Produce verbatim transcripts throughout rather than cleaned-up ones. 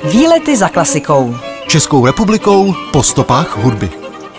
Výlety za klasikou. Českou republikou po stopách hudby.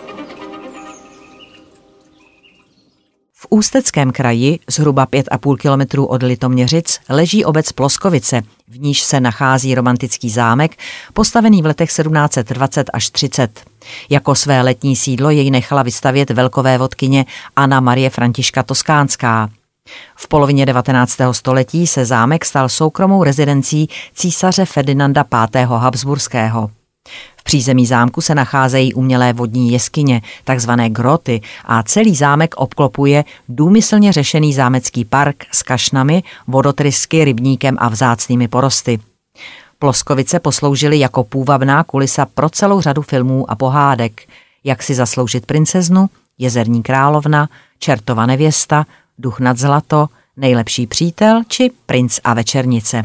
V Ústeckém kraji, zhruba pět a půl kilometru od Litoměřic, leží obec Ploskovice, v níž se nachází romantický zámek, postavený v letech sedmnáct set dvacet až třicet. Jako své letní sídlo jej nechala vystavět velkovévodkyně Anna Marie Františka Toskánská. V polovině devatenáctého století se zámek stal soukromou rezidencí císaře Ferdinanda pátého. Habsburského. V přízemí zámku se nacházejí umělé vodní jeskyně, takzvané groty, a celý zámek obklopuje důmyslně řešený zámecký park s kašnami, vodotrysky, rybníkem a vzácnými porosty. Ploskovice posloužily jako půvabná kulisa pro celou řadu filmů a pohádek, Jak si zasloužit princeznu, Jezerní královna, Čertova nevěsta, Duch nad zlato, Nejlepší přítel či Princ a večernice.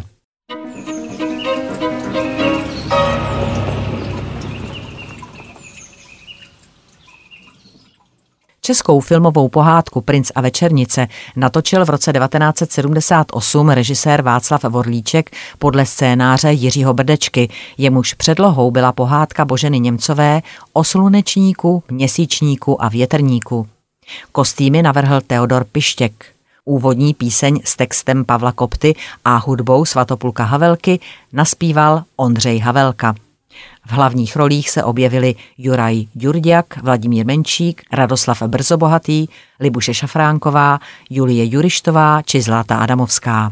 Českou filmovou pohádku Princ a večernice natočil v roce devatenáct set sedmdesát osm režisér Václav Vorlíček podle scénáře Jiřího Brdečky, jemuž předlohou byla pohádka Boženy Němcové o slunečníku, měsíčníku a větrníku. Kostýmy navrhl Teodor Pištěk. Úvodní píseň s textem Pavla Kopty a hudbou Svatopluka Havelky naspíval Ondřej Havelka. V hlavních rolích se objevili Juraj Ďurďak, Vladimír Menšík, Radoslav Brzobohatý, Libuše Šafránková, Julie Jurištová či Zlata Adamovská.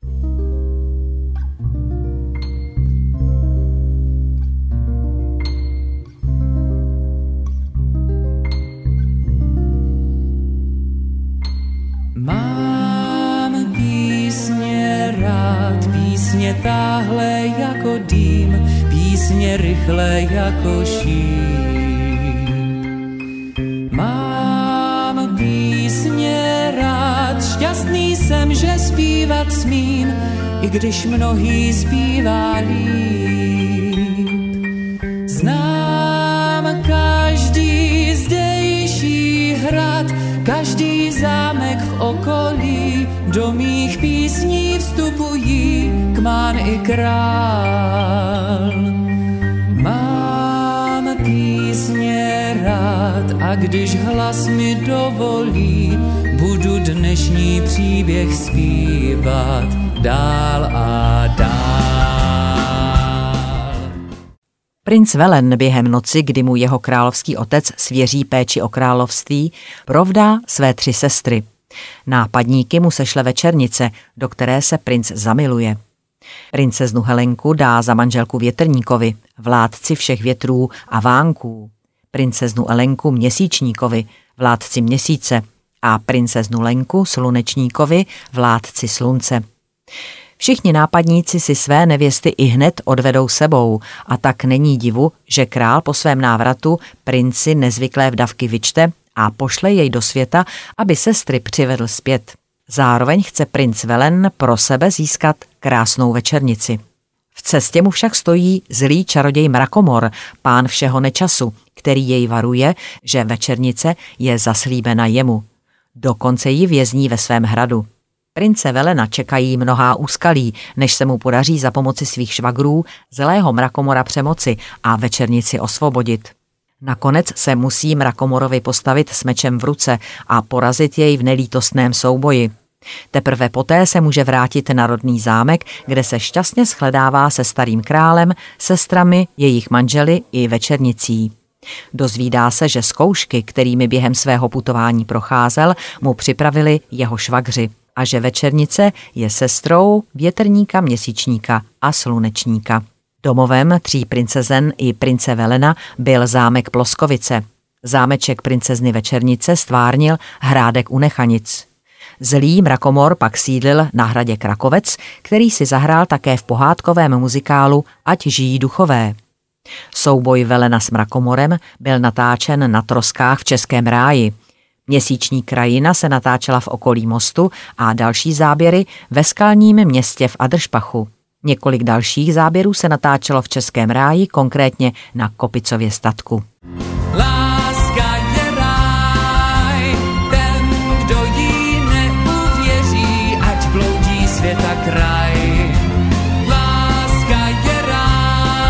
Mám písně rád, písně táhle jako dým, písně rychle jako šíp. Mám písně rád, šťastný jsem, že zpívat smím, i když mnohý zpívá líp. Znám každý zdejší hrad, každý zámek v okolí, do mých písní vstupují kmán i král. Mám písně rád a když hlas mi dovolí, budu dnešní příběh zpívat dál a dál. Princ Velen během noci, kdy mu jeho královský otec svěří péči o království, provdá své tři sestry. Nápadníky mu sešle večernice, do které se princ zamiluje. Princeznu Helenku dá za manželku větrníkovi, vládci všech větrů a vánků, princeznu Elenku měsíčníkovi, vládci měsíce, a princeznu Lenku slunečníkovi, vládci slunce. Všichni nápadníci si své nevěsty i hned odvedou sebou, a tak není divu, že král po svém návratu princi nezvyklé vdavky vyčte a pošle jej do světa, aby sestry přivedl zpět. Zároveň chce princ Velen pro sebe získat krásnou večernici. V cestě mu však stojí zlý čaroděj Mrakomor, pán všeho nečasu, který jej varuje, že večernice je zaslíbena jemu. Dokonce ji vězní ve svém hradu. Prince Velena čekají mnohá úskalí, než se mu podaří za pomoci svých švagrů zlého Mrakomora přemoci a večernici osvobodit. Nakonec se musí Mrakomorovi postavit s mečem v ruce a porazit jej v nelítostném souboji. Teprve poté se může vrátit na rodný zámek, kde se šťastně shledává se starým králem, sestrami, jejich manželi i večernicí. Dozvídá se, že zkoušky, kterými během svého putování procházel, mu připravili jeho švagři a že večernice je sestrou větrníka, měsíčníka a slunečníka. Domovem tří princezen i prince Velena byl zámek Ploskovice. Zámeček princezny Večernice stvárnil Hrádek u Nechanic. Zlý Mrakomor pak sídlil na hradě Krakovec, který si zahrál také v pohádkovém muzikálu Ať žijí duchové. Souboj Velena s Mrakomorem byl natáčen na troskách v Českém ráji. Měsíční krajina se natáčela v okolí mostu a další záběry ve skalním městě v Adršpachu. Několik dalších záběrů se natáčelo v Českém ráji, konkrétně na Kopicově statku. Láska je ráj, ten, kdo jí neuvěří, ať bloudí světa kraj. Láska je ráj,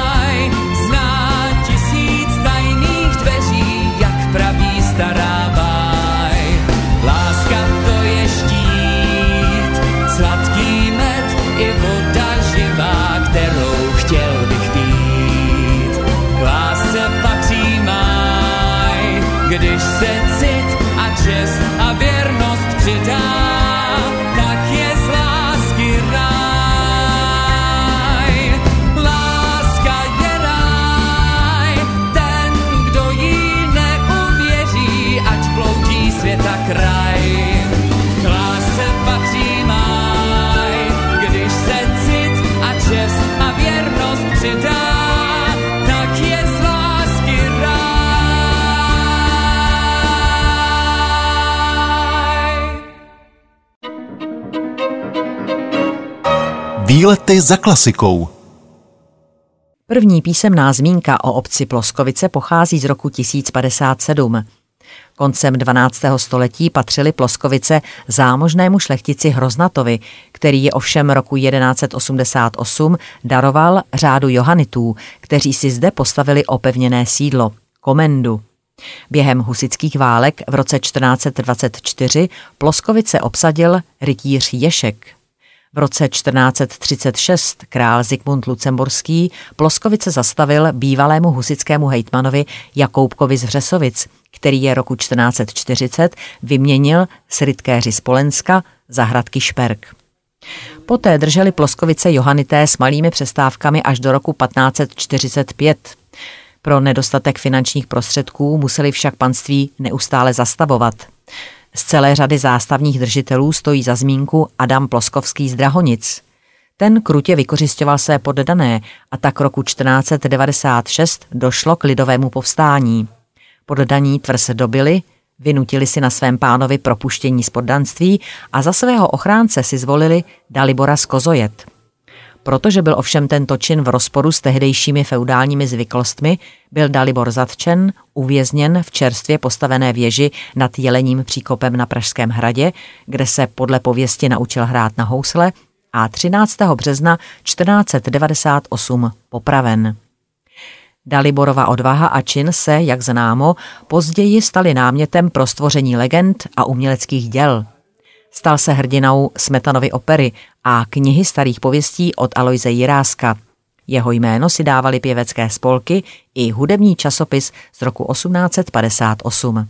Výlety za klasikou. První písemná zmínka o obci Ploskovice pochází z roku tisíc padesát sedm. Koncem dvanáctého století patřily Ploskovice zámožnému šlechtici Hroznatovi, který je ovšem roku jedenáct set osmdesát osm daroval řádu Johanitů, kteří si zde postavili opevněné sídlo, komendu. Během husitských válek v roce čtrnáct set dvacet čtyři Ploskovice obsadil rytíř Ješek. V roce čtrnáct set třicet šest král Zikmund Lucemburský Ploskovice zastavil bývalému husitskému hejtmanovi Jakoubkovi z Řesovic, který je roku čtrnáct set čtyřicet vyměnil s rytkéři z Polenska za hrad Kišperk. Poté drželi Ploskovice Johanité s malými přestávkami až do roku patnáct set čtyřicet pět. Pro nedostatek finančních prostředků museli však panství neustále zastavovat. Z celé řady zástavních držitelů stojí za zmínku Adam Ploskovský z Drahonic. Ten krutě vykořisťoval své poddané a tak roku čtrnáct set devadesát šest došlo k lidovému povstání. Poddaní tvrz dobili, vynutili si na svém pánovi propuštění z poddanství a za svého ochránce si zvolili Dalibora z Kozojet. Protože byl ovšem tento čin v rozporu s tehdejšími feudálními zvyklostmi, byl Dalibor zatčen, uvězněn v čerstvě postavené věži nad Jelením příkopem na Pražském hradě, kde se podle pověsti naučil hrát na housle a třináctého března čtrnáct set devadesát osm popraven. Daliborova odvaha a čin se, jak známo, později staly námětem pro stvoření legend a uměleckých děl. Stal se hrdinou Smetanovy opery a knihy starých pověstí od Alojze Jiráska. Jeho jméno si dávali pěvecké spolky i hudební časopis z roku osmnáct set padesát osm.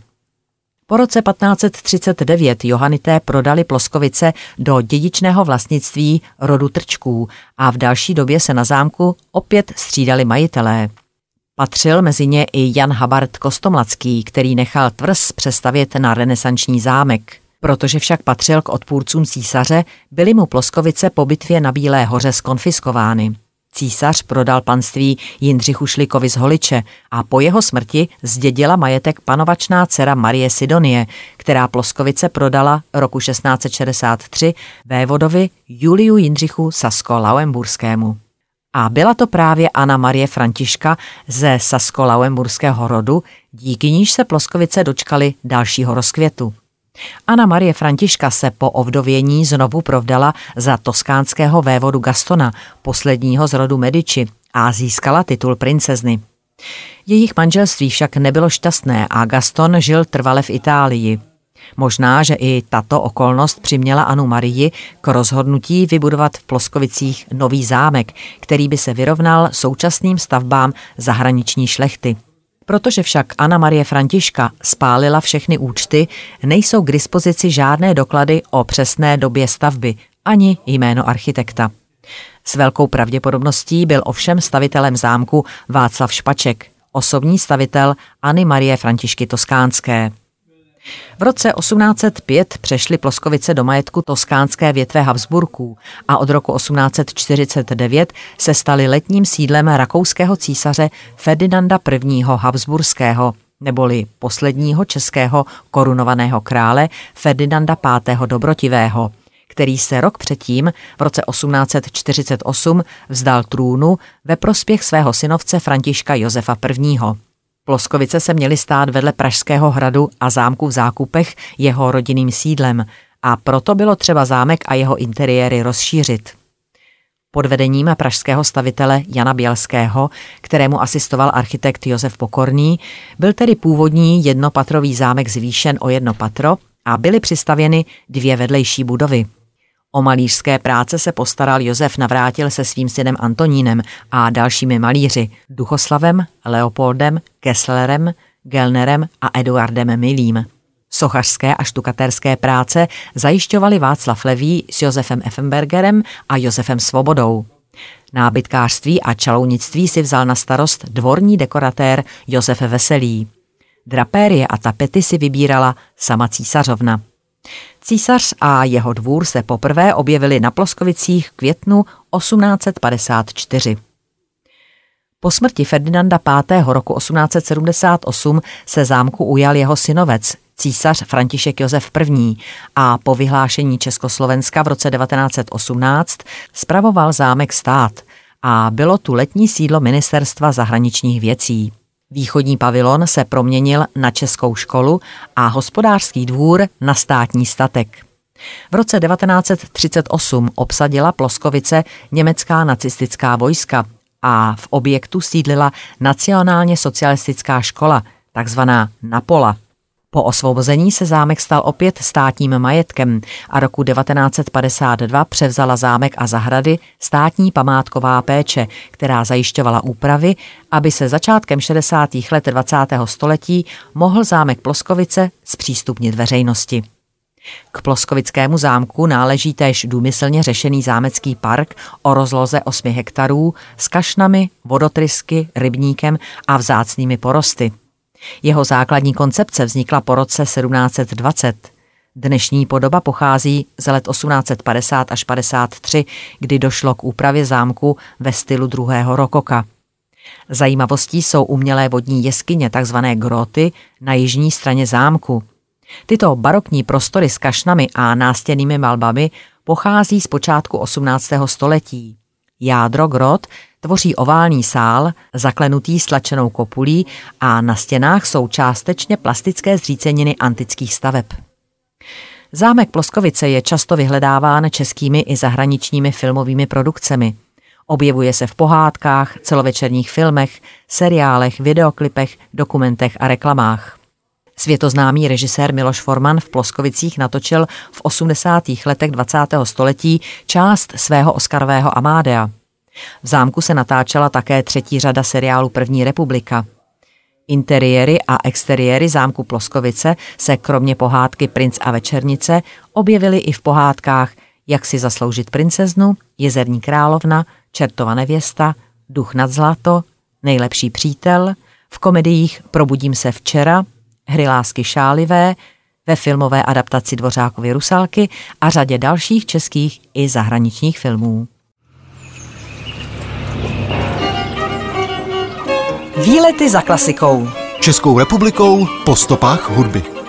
Po roce patnáct set třicet devět Johanité prodali Ploskovice do dědičného vlastnictví rodu Trčků a v další době se na zámku opět střídali majitelé. Patřil mezi ně i Jan Habart Kostomladský, který nechal tvrz přestavět na renesanční zámek. Protože však patřil k odpůrcům císaře, byly mu Ploskovice po bitvě na Bílé hoře zkonfiskovány. Císař prodal panství Jindřichu Šlikovi z Holiče a po jeho smrti zdědila majetek panovačná dcera Marie Sidonie, která Ploskovice prodala roku šestnáct set šedesát tři vévodovi Juliu Jindřichu Sasko-Lauenburskému. A byla to právě Anna Marie Františka ze Sasko-Lauenburského rodu, díky níž se Ploskovice dočkali dalšího rozkvětu. Anna Marie Františka se po ovdovění znovu provdala za toskánského vévodu Gastona, posledního z rodu Medici, a získala titul princezny. Jejich manželství však nebylo šťastné a Gaston žil trvale v Itálii. Možná, že i tato okolnost přiměla Annu Marii k rozhodnutí vybudovat v Ploskovicích nový zámek, který by se vyrovnal současným stavbám zahraniční šlechty. Protože však Anna Marie Františka spálila všechny účty, nejsou k dispozici žádné doklady o přesné době stavby, ani jméno architekta. S velkou pravděpodobností byl ovšem stavitelem zámku Václav Špaček, osobní stavitel Anny Marie Františky Toskánské. V roce osmnáct set pět přešly Ploskovice do majetku toskánské větve Habsburků a od roku osmnáct set čtyřicet devět se staly letním sídlem rakouského císaře Ferdinanda prvního Habsburského, neboli posledního českého korunovaného krále Ferdinanda pátého Dobrotivého, který se rok předtím, v roce osmnáct set čtyřicet osm, vzdal trůnu ve prospěch svého synovce Františka Josefa prvního. Ploskovice se měly stát vedle Pražského hradu a zámku v Zákupech jeho rodinným sídlem a proto bylo třeba zámek a jeho interiéry rozšířit. Pod vedením pražského stavitele Jana Bělského, kterému asistoval architekt Josef Pokorný, byl tedy původní jednopatrový zámek zvýšen o jedno patro a byly přistavěny dvě vedlejší budovy. O malířské práce se postaral Josef Navrátil se svým synem Antonínem a dalšími malíři Duchoslavem, Leopoldem, Kesslerem, Gellnerem a Eduardem Milým. Sochařské a štukatérské práce zajišťovali Václav Levý s Josefem Effenbergerem a Josefem Svobodou. Nábytkářství a čalounictví si vzal na starost dvorní dekoratér Josef Veselý. Drapérie a tapety si vybírala sama císařovna. Císař a jeho dvůr se poprvé objevili na Ploskovicích v květnu osmnáct set padesát čtyři. Po smrti Ferdinanda pátého roku osmnáct set sedmdesát osm se zámku ujal jeho synovec, císař František Josef I. a po vyhlášení Československa v roce devatenáct set osmnáct spravoval zámek stát a bylo tu letní sídlo Ministerstva zahraničních věcí. Východní pavilon se proměnil na českou školu a hospodářský dvůr na státní statek. V roce devatenáct set třicet osm obsadila Ploskovice německá nacistická vojska a v objektu sídlila nacionálně socialistická škola, takzvaná Napola. Po osvobození se zámek stal opět státním majetkem a roku devatenáct set padesát dva převzala zámek a zahrady státní památková péče, která zajišťovala úpravy, aby se začátkem šedesátých let dvacátého století mohl zámek Ploskovice zpřístupnit veřejnosti. K Ploskovickému zámku náleží též důmyslně řešený zámecký park o rozloze osmi hektarů s kašnami, vodotrysky, rybníkem a vzácnými porosty. Jeho základní koncepce vznikla po roce sedmnáct set dvacet. Dnešní podoba pochází z let osmnáct set padesát až padesát tři, kdy došlo k úpravě zámku ve stylu druhého rokoka. Zajímavostí jsou umělé vodní jeskyně, takzvané groty, na jižní straně zámku. Tyto barokní prostory s kašnami a nástěnnými malbami pochází z počátku osmnáctého století. Jádro grot tvoří oválný sál, zaklenutý stlačenou kopulí a na stěnách jsou částečně plastické zříceniny antických staveb. Zámek Ploskovice je často vyhledáván českými i zahraničními filmovými produkcemi. Objevuje se v pohádkách, celovečerních filmech, seriálech, videoklipech, dokumentech a reklamách. Světoznámý režisér Miloš Forman v Ploskovicích natočil v osmdesátých letech dvacátého století část svého Oscarového Amadea. V zámku se natáčela také třetí řada seriálu První republika. Interiéry a exteriéry zámku Ploskovice se kromě pohádky Princ a večernice objevily i v pohádkách Jak si zasloužit princeznu, Jezerní královna, Čertova nevěsta, Duch nad zlato, Nejlepší přítel, v komediích Probudím se včera, Hry lásky šálivé, ve filmové adaptaci Dvořákovy Rusalky a řadě dalších českých i zahraničních filmů. Výlety za klasikou. Českou republikou po stopách hudby.